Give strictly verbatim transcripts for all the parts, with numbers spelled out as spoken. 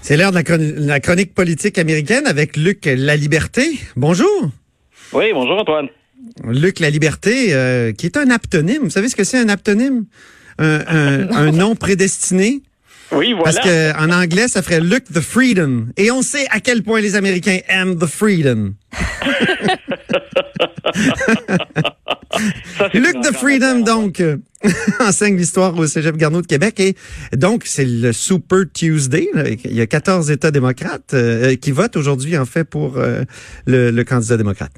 C'est l'heure de la, chron- la chronique politique américaine avec Luc Laliberté. Bonjour. Oui, bonjour Antoine. Luc Laliberté, euh, qui est un aptonyme. Vous savez ce que c'est un aptonyme? Un, un, un nom prédestiné? Oui, voilà. Parce que en anglais, ça ferait Luc the Freedom. Et on sait à quel point les Américains aiment the freedom. Ça, Luc the Freedom, donc, euh, enseigne l'histoire au Cégep Garneau de Québec. Et donc, c'est le Super Tuesday. Là. Il y a quatorze États démocrates euh, qui votent aujourd'hui, en fait, pour euh, le, le candidat démocrate.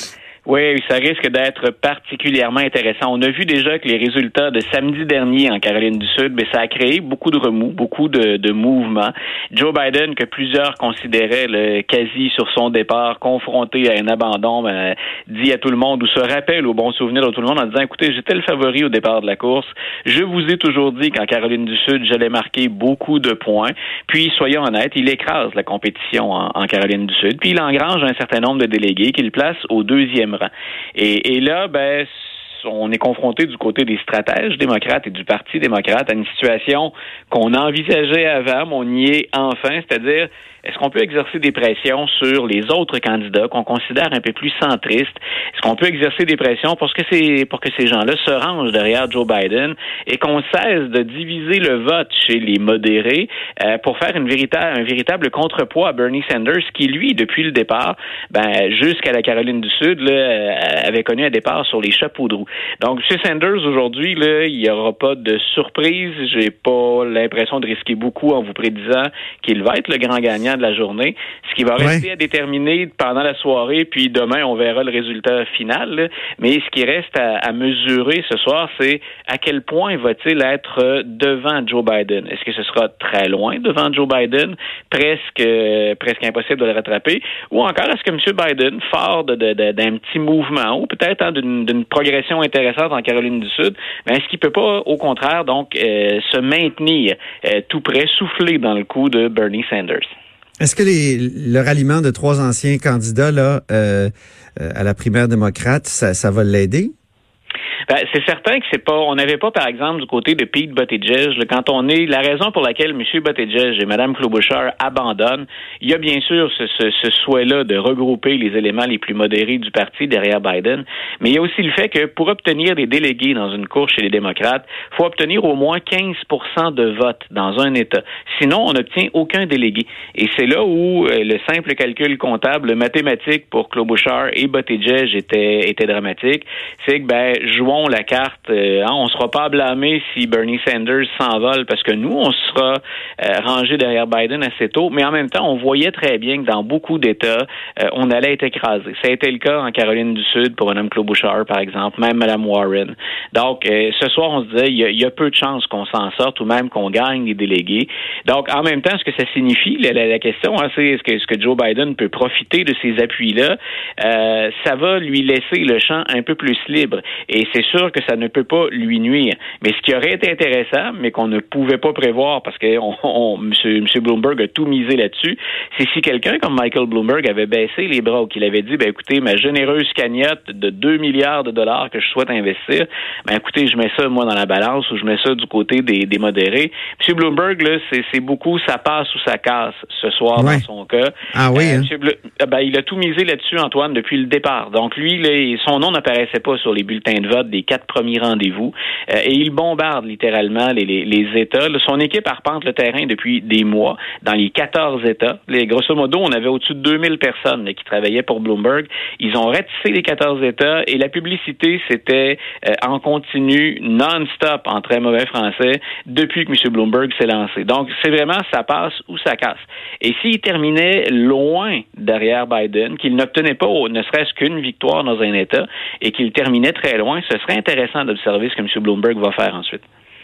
Oui, ça risque d'être particulièrement intéressant. On a vu déjà que les résultats de samedi dernier en Caroline du Sud, mais ça a créé beaucoup de remous, beaucoup de, de mouvements. Joe Biden, que plusieurs considéraient le quasi sur son départ, confronté à un abandon, ben, dit à tout le monde, ou se rappelle au bon souvenir de tout le monde en disant, écoutez, j'étais le favori au départ de la course. Je vous ai toujours dit qu'en Caroline du Sud, j'allais marquer beaucoup de points. Puis, soyons honnêtes, il écrase la compétition en, en Caroline du Sud. Puis, il engrange un certain nombre de délégués qu'il place au deuxième rang. Et, et là, ben, on est confronté du côté des stratèges démocrates et du Parti démocrate à une situation qu'on envisageait avant, mais on y est enfin, c'est-à-dire, est-ce qu'on peut exercer des pressions sur les autres candidats qu'on considère un peu plus centristes? Est-ce qu'on peut exercer des pressions pour que ces, pour que ces gens-là se rangent derrière Joe Biden et qu'on cesse de diviser le vote chez les modérés euh, pour faire une véritable, un véritable contrepoids à Bernie Sanders qui, lui, depuis le départ, ben, jusqu'à la Caroline du Sud, là, avait connu un départ sur les chapeaux de roue. Donc, M. Sanders, aujourd'hui, là, il n'y aura pas de surprise. J'ai pas l'impression de risquer beaucoup en vous prédisant qu'il va être le grand gagnant de la journée. Ce qui va rester ouais. à déterminer pendant la soirée, puis demain, on verra le résultat final. Là. Mais ce qui reste à, à mesurer ce soir, c'est à quel point va-t-il être devant Joe Biden? Est-ce que ce sera très loin devant Joe Biden, presque euh, presque impossible de le rattraper? Ou encore, est-ce que M. Biden, fort de, de, de, d'un petit mouvement, ou peut-être hein, d'une, d'une progression intéressante en Caroline du Sud, mais est-ce qu'il peut pas, au contraire, donc, euh, se maintenir euh, tout près, souffler dans le coup de Bernie Sanders? Est-ce que les, le ralliement de trois anciens candidats là euh, euh, à la primaire démocrate, ça, ça va l'aider? Ben, c'est certain que c'est pas, on n'avait pas, par exemple, du côté de Pete Buttigieg, là, quand on est, la raison pour laquelle M. Buttigieg et Mme Klobuchar abandonnent, il y a bien sûr ce, ce, ce souhait-là de regrouper les éléments les plus modérés du parti derrière Biden, mais il y a aussi le fait que pour obtenir des délégués dans une course chez les démocrates, il faut obtenir au moins quinze pour cent de votes dans un État. Sinon, on n'obtient aucun délégué. Et c'est là où euh, le simple calcul comptable, le mathématique pour Klobuchar et Buttigieg était, était dramatique. C'est que, ben, jouons la carte, euh, hein, on ne sera pas blâmé si Bernie Sanders s'envole parce que nous, on sera euh, rangé derrière Biden assez tôt, mais en même temps, on voyait très bien que dans beaucoup d'États, euh, on allait être écrasé. Ça a été le cas en Caroline du Sud pour Mme Klobuchar, par exemple, même Mme Warren. Donc, euh, ce soir, on se disait, il y, a, il y a peu de chances qu'on s'en sorte ou même qu'on gagne les délégués. Donc, en même temps, ce que ça signifie, la, la, la question, hein, c'est est-ce que, est-ce que Joe Biden peut profiter de ces appuis-là? Euh, ça va lui laisser le champ un peu plus libre. Et c'est sûr que ça ne peut pas lui nuire. Mais ce qui aurait été intéressant, mais qu'on ne pouvait pas prévoir parce que on, on, M. Bloomberg a tout misé là-dessus, c'est si quelqu'un comme Michael Bloomberg avait baissé les bras ou qu'il avait dit, ben écoutez, ma généreuse cagnotte de deux milliards de dollars que je souhaite investir, ben écoutez, je mets ça, moi, dans la balance ou je mets ça du côté des, des modérés. M. Bloomberg, là, c'est, c'est beaucoup, ça passe ou ça casse ce soir ouais. dans son cas. Ah oui, euh, hein? M. Blo- ben, il a tout misé là-dessus, Antoine, depuis le départ. Donc lui, là, son nom n'apparaissait pas sur les bulletins de vote des quatre premiers rendez-vous. Euh, et il bombarde littéralement les, les, les États. Là, son équipe arpente le terrain depuis des mois dans les quatorze États. Les, grosso modo, on avait au-dessus de deux mille personnes là, qui travaillaient pour Bloomberg. Ils ont ratissé les quatorze États et la publicité, c'était euh, en continu, non-stop, en très mauvais français, depuis que M. Bloomberg s'est lancé. Donc, c'est vraiment ça passe ou ça casse. Et s'il terminait loin derrière Biden, qu'il n'obtenait pas ne serait-ce qu'une victoire dans un État et qu'il terminait très loin, ce serait intéressant d'observer ce que M. Bloomberg va faire ensuite.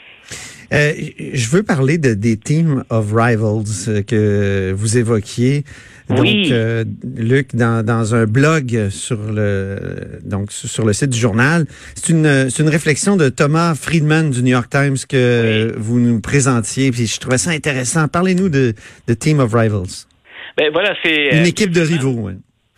Euh, je veux parler de, des Team of Rivals euh, que vous évoquiez. Donc, oui. euh, Luc, dans, dans un blog sur le donc sur le site du journal, c'est une c'est une réflexion de Thomas Friedman du New York Times que oui. vous nous présentiez. Puis je trouvais ça intéressant. Parlez-nous de, de Team of Rivals. Ben voilà, c'est une équipe de rivaux. Ouais.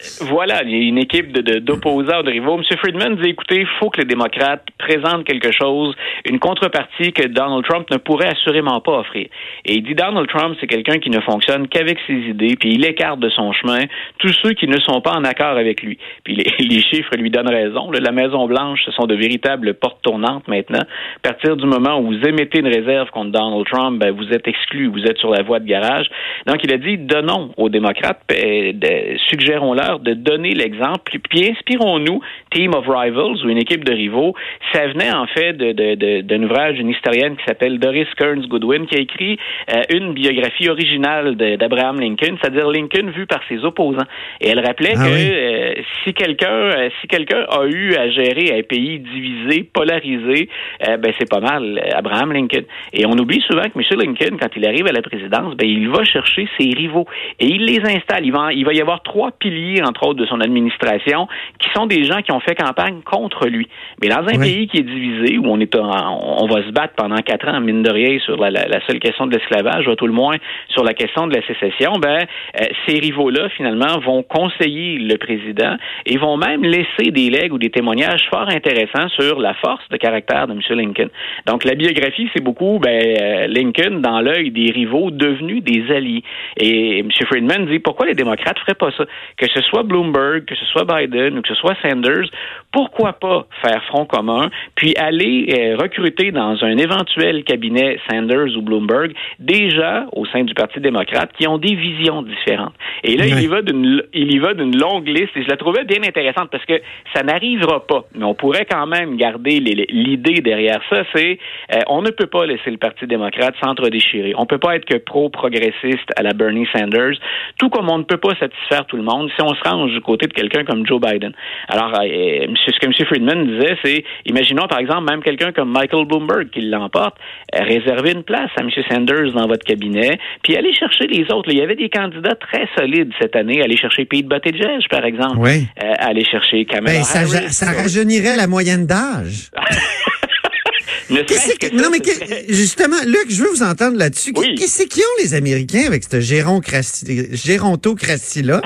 Voilà, il y a une équipe de, de, d'opposants, de rivaux. M. Friedman dit, écoutez, il faut que les démocrates présentent quelque chose, une contrepartie que Donald Trump ne pourrait assurément pas offrir. Et il dit, Donald Trump, c'est quelqu'un qui ne fonctionne qu'avec ses idées, puis il écarte de son chemin tous ceux qui ne sont pas en accord avec lui. Puis les, les chiffres lui donnent raison. La Maison-Blanche, ce sont de véritables portes tournantes maintenant. À partir du moment où vous émettez une réserve contre Donald Trump, ben, vous êtes exclu, vous êtes sur la voie de garage. Donc, il a dit, donnons aux démocrates, euh, de, suggérons-leur de donner l'exemple, puis inspirons-nous, Team of Rivals, ou une équipe de rivaux. Ça venait en fait de, de, de, d'un ouvrage d'une historienne qui s'appelle Doris Kearns Goodwin, qui a écrit euh, une biographie originale de, d'Abraham Lincoln, c'est-à-dire Lincoln vu par ses opposants. Et elle rappelait ah que oui. euh, si quelqu'un euh, si quelqu'un a eu à gérer un pays divisé, polarisé, euh, ben c'est pas mal euh, Abraham Lincoln. Et on oublie souvent que M. Lincoln, quand il arrive à la présidence, ben il va chercher ses rivaux et il les installe. Il va, il va y avoir trois piliers, entre autres, de son administration, qui sont des gens qui ont fait campagne contre lui. Mais dans un oui. pays qui est divisé, où on est en, on va se battre pendant quatre ans, mine de rien, sur la, la, la seule question de l'esclavage, ou à tout le moins sur la question de la sécession, ben euh, ces rivaux-là, finalement, vont conseiller le président et vont même laisser des legs ou des témoignages fort intéressants sur la force de caractère de M. Lincoln. Donc, la biographie, c'est beaucoup ben, euh, Lincoln dans l'œil des rivaux devenus des alliés. Et M. Friedman dit, pourquoi les démocrates feraient pas ça? Que ce soit Bloomberg, que ce soit Biden ou que ce soit Sanders, pourquoi pas faire front commun, puis aller euh, recruter dans un éventuel cabinet Sanders ou Bloomberg des gens au sein du Parti démocrate qui ont des visions différentes. Et là, oui. il y va d'une il y va d'une longue liste et je la trouvais bien intéressante parce que ça n'arrivera pas, mais on pourrait quand même garder les, l'idée derrière ça, c'est euh, on ne peut pas laisser le Parti démocrate s'entre-déchirer. On peut pas être que pro-progressiste à la Bernie Sanders, tout comme on ne peut pas satisfaire tout le monde si on se range du côté de quelqu'un comme Joe Biden. Alors, euh, ce que M. Friedman disait, c'est, imaginons par exemple même quelqu'un comme Michael Bloomberg qui l'emporte, euh, réservez une place à M. Sanders dans votre cabinet, puis allez chercher les autres. Là, il y avait des candidats très solides cette année, allez chercher Pete Buttigieg, par exemple, oui. euh, allez chercher Kamala ben, ça, Harris. Ça rajeunirait la moyenne d'âge. Qu'est-ce que, que non, mais que, justement, Luc, je veux vous entendre là-dessus. Oui. Qu'est-ce qu'ils ont, les Américains, avec cette géroncratie, gérontocratie-là?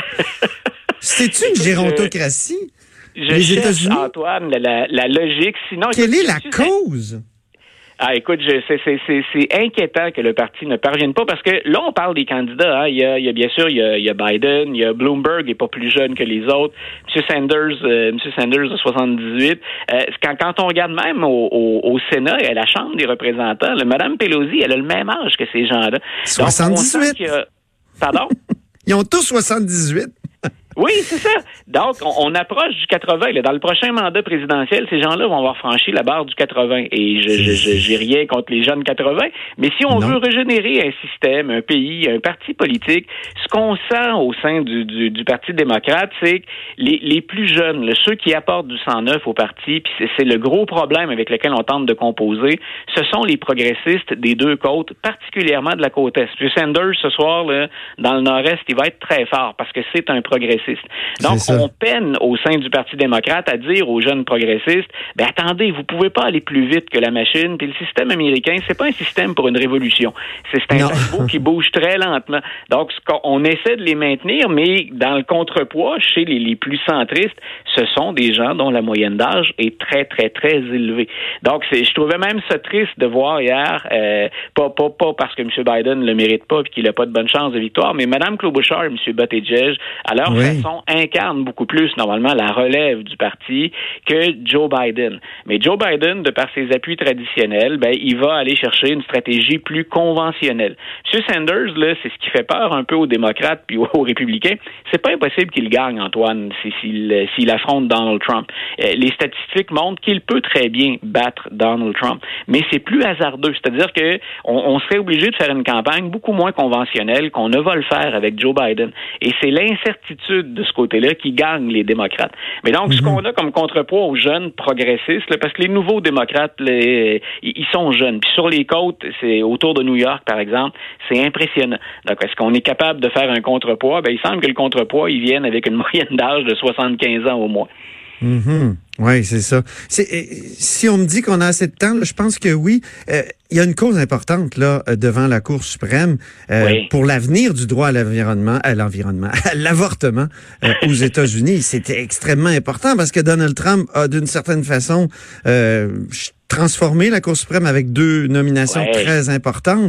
C'est-tu une gérontocratie? Je, je les États-Unis? Antoine, la, la, la logique. Sinon, quelle est la cause? Ah, écoute, je, c'est, c'est, c'est, c'est inquiétant que le parti ne parvienne pas parce que là, on parle des candidats. Hein. Il y a, il y a bien sûr, il y a, il y a Biden, il y a Bloomberg, il n'est pas plus jeune que les autres. M. Sanders, euh, M. Sanders de soixante-dix-huit. Euh, quand, quand on regarde même au, au, au Sénat et à la Chambre des représentants, le Mme Pelosi, elle a le même âge que ces gens-là. soixante-dix-huit. Donc, a... Pardon? Ils ont tous soixante-dix-huit. Oui, c'est ça. Donc, on, on approche du quatre-vingts. Là. Dans le prochain mandat présidentiel, ces gens-là vont avoir franchi la barre du quatre-vingts. Et je, je, je j'ai rien contre les jeunes quatre-vingts. Mais si on non. veut régénérer un système, un pays, un parti politique, ce qu'on sent au sein du, du, du Parti démocrate, c'est que les, les plus jeunes, là, ceux qui apportent du sang neuf au parti, puis c'est, c'est le gros problème avec lequel on tente de composer, ce sont les progressistes des deux côtes, particulièrement de la côte Est. Puis Sanders, ce soir, là, dans le Nord-Est, il va être très fort parce que c'est un progressiste. Donc, on peine au sein du Parti démocrate à dire aux jeunes progressistes, ben attendez, vous pouvez pas aller plus vite que la machine, puis le système américain, c'est pas un système pour une révolution. C'est, c'est un paquebot qui bouge très lentement. Donc, on essaie de les maintenir, mais dans le contrepoids, chez les, les plus centristes, ce sont des gens dont la moyenne d'âge est très, très, très élevée. Donc, c'est, je trouvais même ça triste de voir hier, euh, pas, pas, pas parce que M. Biden ne le mérite pas et qu'il n'a pas de bonne chance de victoire, mais Mme Klobuchar et M. Buttigieg, à leur oui. façon, incarnent beaucoup plus, normalement, la relève du parti que Joe Biden. Mais Joe Biden, de par ses appuis traditionnels, ben, il va aller chercher une stratégie plus conventionnelle. M. Sanders, là, c'est ce qui fait peur un peu aux démocrates puis aux républicains. C'est pas impossible qu'il gagne, Antoine, s'il, s'il affronte Donald Trump. Les statistiques montrent qu'il peut très bien battre Donald Trump, mais c'est plus hasardeux. C'est-à-dire que on, on serait obligé de faire une campagne beaucoup moins conventionnelle qu'on ne va le faire avec Joe Biden. Et c'est l'incertitude de ce côté-là qui gagne les démocrates. Mais donc, mm-hmm. ce qu'on a comme contrepoids aux jeunes progressistes, là, parce que les nouveaux démocrates, les, ils sont jeunes. Puis sur les côtes, c'est autour de New York, par exemple, c'est impressionnant. Donc, est-ce qu'on est capable de faire un contrepoids? Ben, il semble que le contrepoids, il vienne avec une moyenne d'âge de soixante-quinze ans au moins. Mm-hmm. Oui, c'est ça. C'est, si on me dit qu'on a assez de temps, là, je pense que oui. Euh, il y a une cause importante là devant la Cour suprême euh, oui. pour l'avenir du droit à l'environnement, à l'environnement, à l'avortement euh, aux États-Unis. C'était extrêmement important parce que Donald Trump a d'une certaine façon euh, transformé la Cour suprême avec deux nominations ouais. très importantes.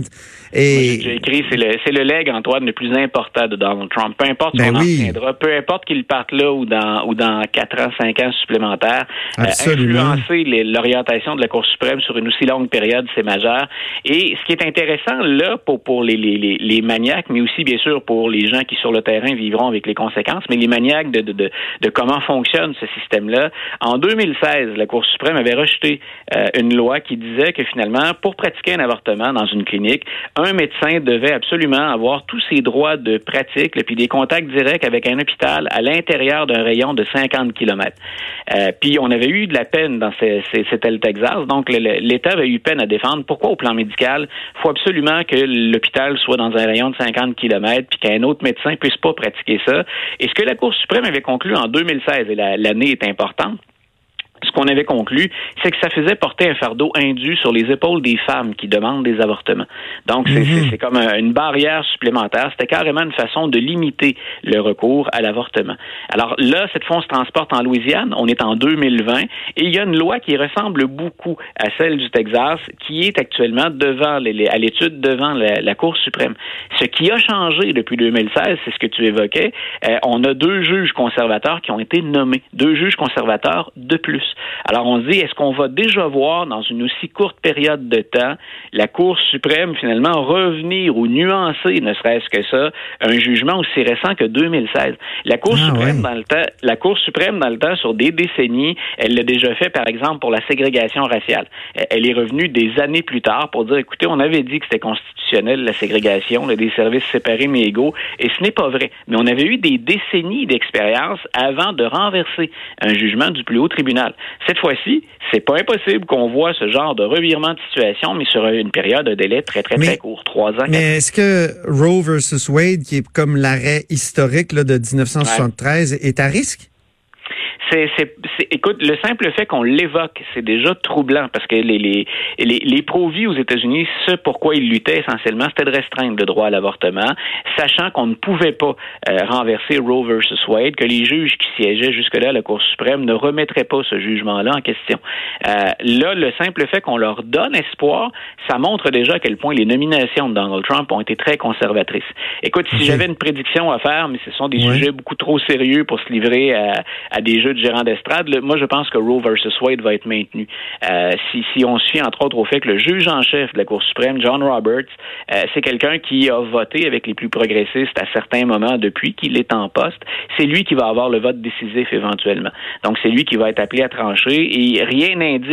Et j'ai écrit, c'est le, c'est le legs, Antoine, le plus important de Donald Trump. Peu importe ben son oui. anciendra, peu importe qu'il parte là ou dans ou dans quatre ans, cinq ans supplémentaires, euh, influencer les, l'orientation de la Cour suprême sur une aussi longue période, c'est majeur. Et ce qui est intéressant là pour pour les les les, les maniaques, mais aussi bien sûr pour les gens qui sur le terrain vivront avec les conséquences, mais les maniaques de de de, de comment fonctionne ce système-là. En deux mille seize, la Cour suprême avait rejeté euh, une loi qui disait que finalement, pour pratiquer un avortement dans une clinique, un médecin devait absolument avoir tous ses droits de pratique, là, puis des contacts directs avec un hôpital à l'intérieur d'un rayon de cinquante kilomètres. Euh, puis on avait eu de la peine dans ces, ces, c'était le Texas, donc le, l'État avait eu peine à défendre. Pourquoi au plan médical, il faut absolument que l'hôpital soit dans un rayon de cinquante kilomètres, puis qu'un autre médecin puisse pas pratiquer ça. Et ce que la Cour suprême avait conclu en deux mille seize, et la, l'année est importante, ce qu'on avait conclu, c'est que ça faisait porter un fardeau indu sur les épaules des femmes qui demandent des avortements. Donc, c'est, mm-hmm. c'est, c'est comme une barrière supplémentaire. C'était carrément une façon de limiter le recours à l'avortement. Alors là, cette fois, on se transporte en Louisiane. On est en deux mille vingt et il y a une loi qui ressemble beaucoup à celle du Texas qui est actuellement devant les, à l'étude devant la, la Cour suprême. Ce qui a changé depuis deux mille seize, c'est ce que tu évoquais. Euh, on a deux juges conservateurs qui ont été nommés. Deux juges conservateurs de plus. Alors, on se dit, est-ce qu'on va déjà voir, dans une aussi courte période de temps, la Cour suprême, finalement, revenir ou nuancer, ne serait-ce que ça, un jugement aussi récent que deux mille seize? La Cour ah, suprême, ouais. dans le temps, la Cour suprême, dans le temps, sur des décennies, elle l'a déjà fait, par exemple, pour la ségrégation raciale. Elle est revenue des années plus tard pour dire, écoutez, on avait dit que c'était constitutionnel, la ségrégation, là, des services séparés mais égaux, et ce n'est pas vrai. Mais on avait eu des décennies d'expérience avant de renverser un jugement du plus haut tribunal. Cette fois-ci, c'est pas impossible qu'on voit ce genre de revirement de situation, mais sur une période de délai très, très, mais, très court, trois ans. Mais est-ce que Roe versus Wade, qui est comme l'arrêt historique là, de dix-neuf cent soixante-treize, ouais. est à risque? C'est, c'est, c'est, écoute, le simple fait qu'on l'évoque, c'est déjà troublant parce que les, les, les, les pro-vie aux États-Unis, ce pourquoi ils luttaient essentiellement, c'était de restreindre le droit à l'avortement, sachant qu'on ne pouvait pas euh, renverser Roe versus Wade, que les juges qui siégeaient jusque-là à la Cour suprême ne remettraient pas ce jugement-là en question. Euh, là, le simple fait qu'on leur donne espoir, ça montre déjà à quel point les nominations de Donald Trump ont été très conservatrices. Écoute, si okay. j'avais une prédiction à faire, mais ce sont des ouais. sujets beaucoup trop sérieux pour se livrer à, à des jeux de gérant d'estrade, là, moi je pense que Roe versus Wade va être maintenu. Euh, si, si on se fie entre autres au fait que le juge en chef de la Cour suprême, John Roberts, euh, c'est quelqu'un qui a voté avec les plus progressistes à certains moments depuis qu'il est en poste. C'est lui qui va avoir le vote décisif éventuellement. Donc c'est lui qui va être appelé à trancher et rien n'indique